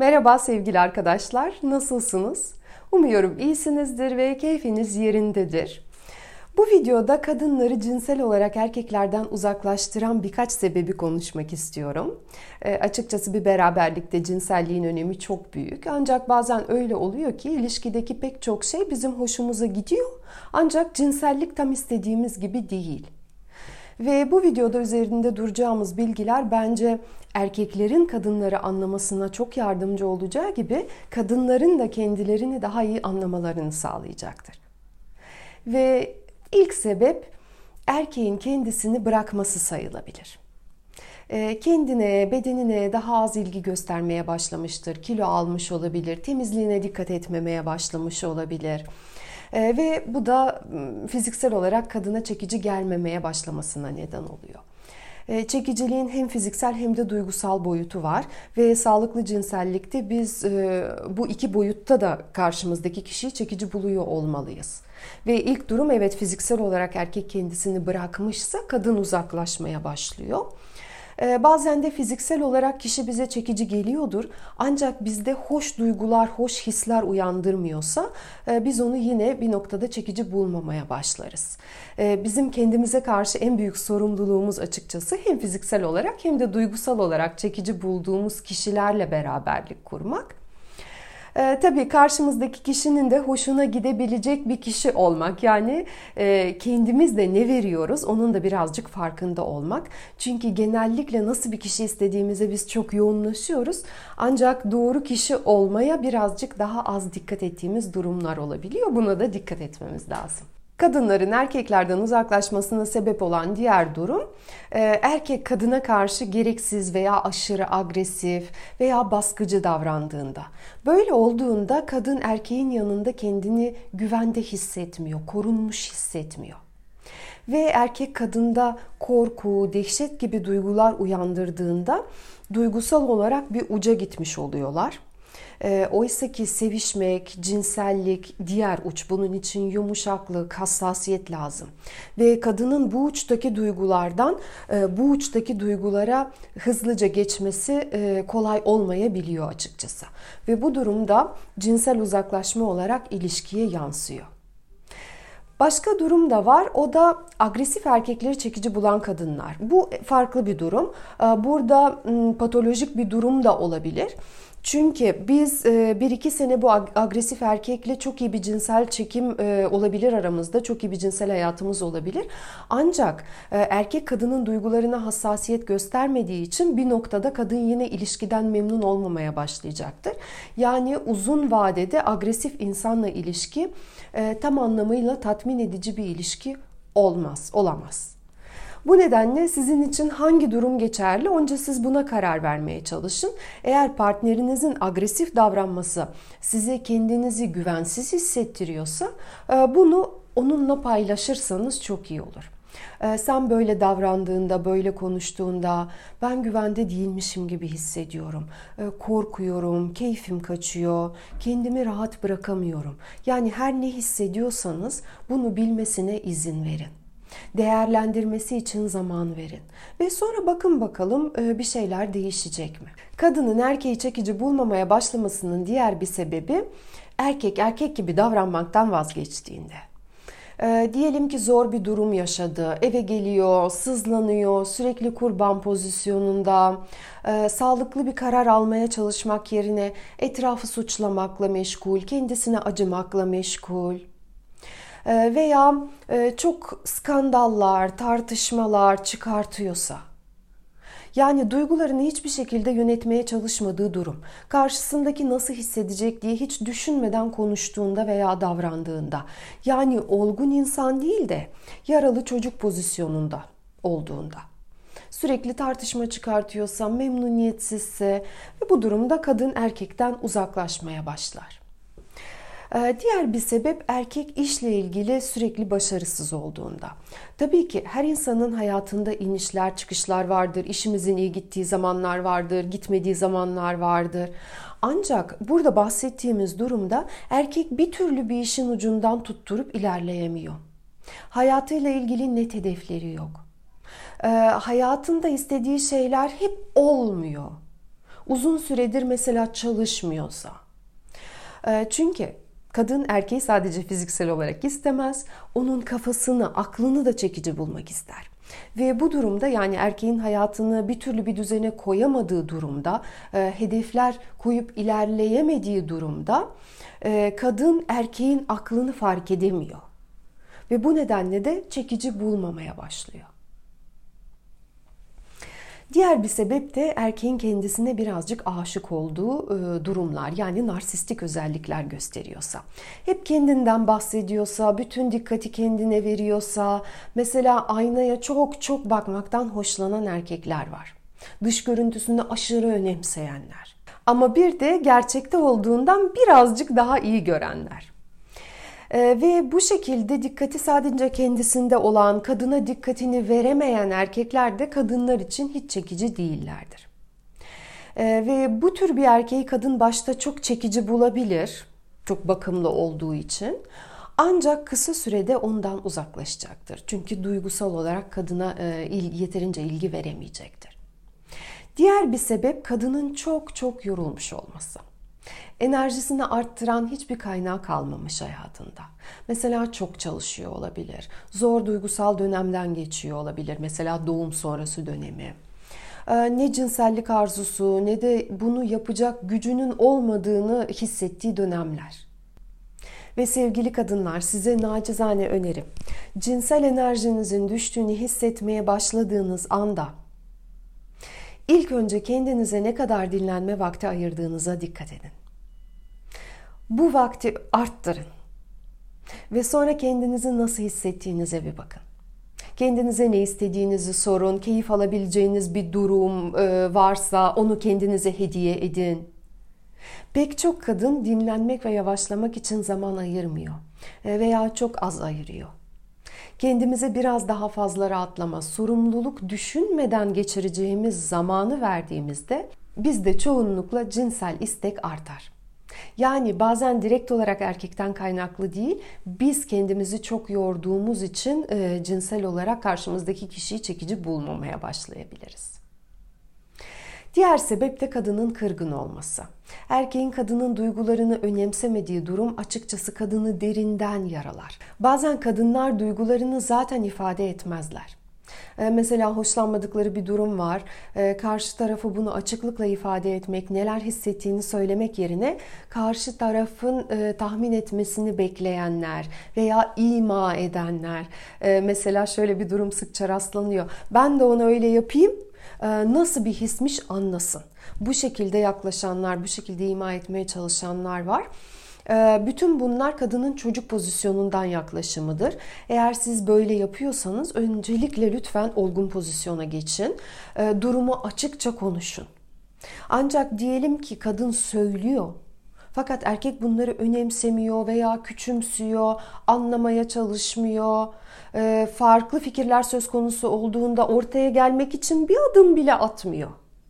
Merhaba sevgili arkadaşlar, nasılsınız? Umuyorum iyisinizdir ve keyfiniz yerindedir. Bu videoda kadınları cinsel olarak erkeklerden uzaklaştıran birkaç sebebi konuşmak istiyorum. Açıkçası bir beraberlikte cinselliğin önemi çok büyük. Ancak bazen öyle oluyor ki ilişkideki pek çok şey bizim hoşumuza gidiyor. Ancak cinsellik tam istediğimiz gibi değil. Ve bu videoda üzerinde duracağımız bilgiler bence erkeklerin kadınları anlamasına çok yardımcı olacağı gibi kadınların da kendilerini daha iyi anlamalarını sağlayacaktır. Ve ilk sebep erkeğin kendisini bırakması sayılabilir. Kendine, bedenine daha az ilgi göstermeye başlamıştır, kilo almış olabilir, temizliğine dikkat etmemeye başlamış olabilir. Ve bu da fiziksel olarak kadına çekici gelmemeye başlamasına neden oluyor. Çekiciliğin hem fiziksel hem de duygusal boyutu var ve sağlıklı cinsellikte biz bu iki boyutta da karşımızdaki kişiyi çekici buluyor olmalıyız. Ve ilk durum evet fiziksel olarak erkek kendisini bırakmışsa kadın uzaklaşmaya başlıyor. Bazen de fiziksel olarak kişi bize çekici geliyordur. Ancak bizde hoş duygular, hoş hisler uyandırmıyorsa biz onu yine bir noktada çekici bulmamaya başlarız. Bizim kendimize karşı en büyük sorumluluğumuz açıkçası hem fiziksel olarak hem de duygusal olarak çekici bulduğumuz kişilerle beraberlik kurmak. Tabii karşımızdaki kişinin de hoşuna gidebilecek bir kişi olmak. Yani kendimiz de ne veriyoruz onun da birazcık farkında olmak. Çünkü genellikle nasıl bir kişi istediğimize biz çok yoğunlaşıyoruz. Ancak doğru kişi olmaya birazcık daha az dikkat ettiğimiz durumlar olabiliyor. Buna da dikkat etmemiz lazım. Kadınların erkeklerden uzaklaşmasına sebep olan diğer durum, erkek kadına karşı gereksiz veya aşırı agresif veya baskıcı davrandığında. Böyle olduğunda kadın erkeğin yanında kendini güvende hissetmiyor, korunmuş hissetmiyor. Ve erkek kadında korku, dehşet gibi duygular uyandırdığında duygusal olarak bir uca gitmiş oluyorlar. Oysa ki sevişmek, cinsellik, diğer uç, bunun için yumuşaklık, hassasiyet lazım. Ve kadının bu uçtaki duygulardan bu uçtaki duygulara hızlıca geçmesi kolay olmayabiliyor açıkçası. Ve bu durumda cinsel uzaklaşma olarak ilişkiye yansıyor. Başka durum da var. O da agresif erkekleri çekici bulan kadınlar. Bu farklı bir durum. Burada patolojik bir durum da olabilir. Çünkü biz 1-2 sene bu agresif erkekle çok iyi bir cinsel çekim olabilir aramızda. Çok iyi bir cinsel hayatımız olabilir. Ancak erkek kadının duygularına hassasiyet göstermediği için bir noktada kadın yine ilişkiden memnun olmamaya başlayacaktır. Yani uzun vadede agresif insanla ilişki tam anlamıyla tatmin edici bir ilişki olamaz. Bu nedenle sizin için hangi durum geçerli? Önce siz buna karar vermeye çalışın. Eğer partnerinizin agresif davranması size kendinizi güvensiz hissettiriyorsa bunu onunla paylaşırsanız çok iyi olur. Sen böyle davrandığında, böyle konuştuğunda ben güvende değilmişim gibi hissediyorum. Korkuyorum, keyfim kaçıyor, kendimi rahat bırakamıyorum. Yani her ne hissediyorsanız bunu bilmesine izin verin. Değerlendirmesi için zaman verin. Ve sonra bakın bakalım bir şeyler değişecek mi? Kadının erkeği çekici bulmamaya başlamasının diğer bir sebebi erkek gibi davranmaktan vazgeçtiğinde. Diyelim ki zor bir durum yaşadı, eve geliyor, sızlanıyor, sürekli kurban pozisyonunda, sağlıklı bir karar almaya çalışmak yerine etrafı suçlamakla meşgul, kendisine acımakla meşgul. Veya çok skandallar, tartışmalar çıkartıyorsa, yani duygularını hiçbir şekilde yönetmeye çalışmadığı durum, karşısındaki nasıl hissedecek diye hiç düşünmeden konuştuğunda veya davrandığında, yani olgun insan değil de yaralı çocuk pozisyonunda olduğunda, sürekli tartışma çıkartıyorsa, memnuniyetsizse ve bu durumda kadın erkekten uzaklaşmaya başlar. Diğer bir sebep erkek işle ilgili sürekli başarısız olduğunda. Tabii ki her insanın hayatında inişler çıkışlar vardır. İşimizin iyi gittiği zamanlar vardır, gitmediği zamanlar vardır. Ancak burada bahsettiğimiz durumda erkek bir türlü bir işin ucundan tutturup ilerleyemiyor. Hayatıyla ilgili net hedefleri yok. Hayatında istediği şeyler hep olmuyor. uzun süredir mesela çalışmıyorsa. Çünkü kadın erkeği sadece fiziksel olarak istemez, onun kafasını, aklını da çekici bulmak ister. Ve bu durumda, yani erkeğin hayatını bir türlü bir düzene koyamadığı durumda, hedefler koyup ilerleyemediği durumda kadın erkeğin aklını fark edemiyor. Ve bu nedenle de çekici bulmamaya başlıyor. Diğer bir sebep de erkeğin kendisine birazcık aşık olduğu durumlar, yani narsistik özellikler gösteriyorsa. Hep kendinden bahsediyorsa, bütün dikkati kendine veriyorsa, mesela aynaya çok çok bakmaktan hoşlanan erkekler var. Dış görüntüsünü aşırı önemseyenler. Ama bir de gerçekte olduğundan birazcık daha iyi görenler. Ve bu şekilde dikkati sadece kendisinde olan, kadına dikkatini veremeyen erkekler de kadınlar için hiç çekici değillerdir. Ve bu tür bir erkeği kadın başta çok çekici bulabilir, çok bakımlı olduğu için. Ancak kısa sürede ondan uzaklaşacaktır. Çünkü duygusal olarak kadına yeterince ilgi veremeyecektir. Diğer bir sebep kadının çok çok yorulmuş olması. Enerjisini arttıran hiçbir kaynağı kalmamış hayatında. Mesela çok çalışıyor olabilir. Zor duygusal dönemden geçiyor olabilir. Mesela doğum sonrası dönemi. Ne cinsellik arzusu ne de bunu yapacak gücünün olmadığını hissettiği dönemler. Ve sevgili kadınlar, size nacizane önerim. Cinsel enerjinizin düştüğünü hissetmeye başladığınız anda ilk önce kendinize ne kadar dinlenme vakti ayırdığınıza dikkat edin. Bu vakti arttırın. Ve sonra kendinizi nasıl hissettiğinize bir bakın. Kendinize ne istediğinizi sorun. Keyif alabileceğiniz bir durum varsa onu kendinize hediye edin. Pek çok kadın dinlenmek ve yavaşlamak için zaman ayırmıyor. Veya çok az ayırıyor. Kendimize biraz daha fazla rahatlama, sorumluluk düşünmeden geçireceğimiz zamanı verdiğimizde bizde çoğunlukla cinsel istek artar. Yani bazen direkt olarak erkekten kaynaklı değil, biz kendimizi çok yorduğumuz için cinsel olarak karşımızdaki kişiyi çekici bulmamaya başlayabiliriz. Diğer sebep de kadının kırgın olması. Erkeğin kadının duygularını önemsemediği durum açıkçası kadını derinden yaralar. Bazen kadınlar duygularını zaten ifade etmezler. Mesela hoşlanmadıkları bir durum var. Karşı tarafı bunu açıklıkla ifade etmek, neler hissettiğini söylemek yerine karşı tarafın tahmin etmesini bekleyenler veya ima edenler. Mesela şöyle bir durum sıkça rastlanıyor. Ben de ona öyle yapayım, nasıl bir hismiş anlasın. Bu şekilde yaklaşanlar, bu şekilde ima etmeye çalışanlar var. Bütün bunlar kadının çocuk pozisyonundan yaklaşımıdır. Eğer siz böyle yapıyorsanız öncelikle lütfen olgun pozisyona geçin. Durumu açıkça konuşun. Ancak diyelim ki kadın söylüyor. Fakat erkek bunları önemsemiyor veya küçümsüyor, anlamaya çalışmıyor. Farklı fikirler söz konusu olduğunda ortaya gelmek için bir adım bile atmıyor.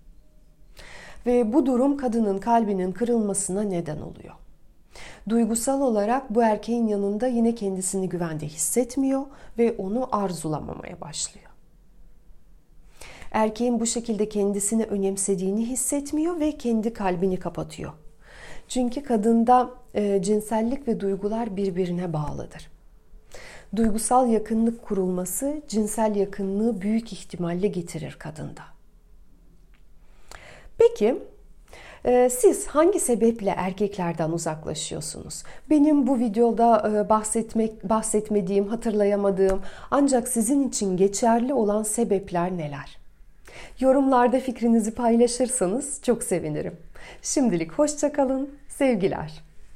Ve bu durum kadının kalbinin kırılmasına neden oluyor. Duygusal olarak bu erkeğin yanında yine kendisini güvende hissetmiyor ve onu arzulamamaya başlıyor. Erkeğin bu şekilde kendisini önemsediğini hissetmiyor ve kendi kalbini kapatıyor. Çünkü kadında cinsellik ve duygular birbirine bağlıdır. Duygusal yakınlık kurulması cinsel yakınlığı büyük ihtimalle getirir kadında. Peki, siz hangi sebeple erkeklerden uzaklaşıyorsunuz? Benim bu videoda bahsetmediğim, hatırlayamadığım ancak sizin için geçerli olan sebepler neler? Yorumlarda fikrinizi paylaşırsanız çok sevinirim. Şimdilik hoşça kalın, sevgiler.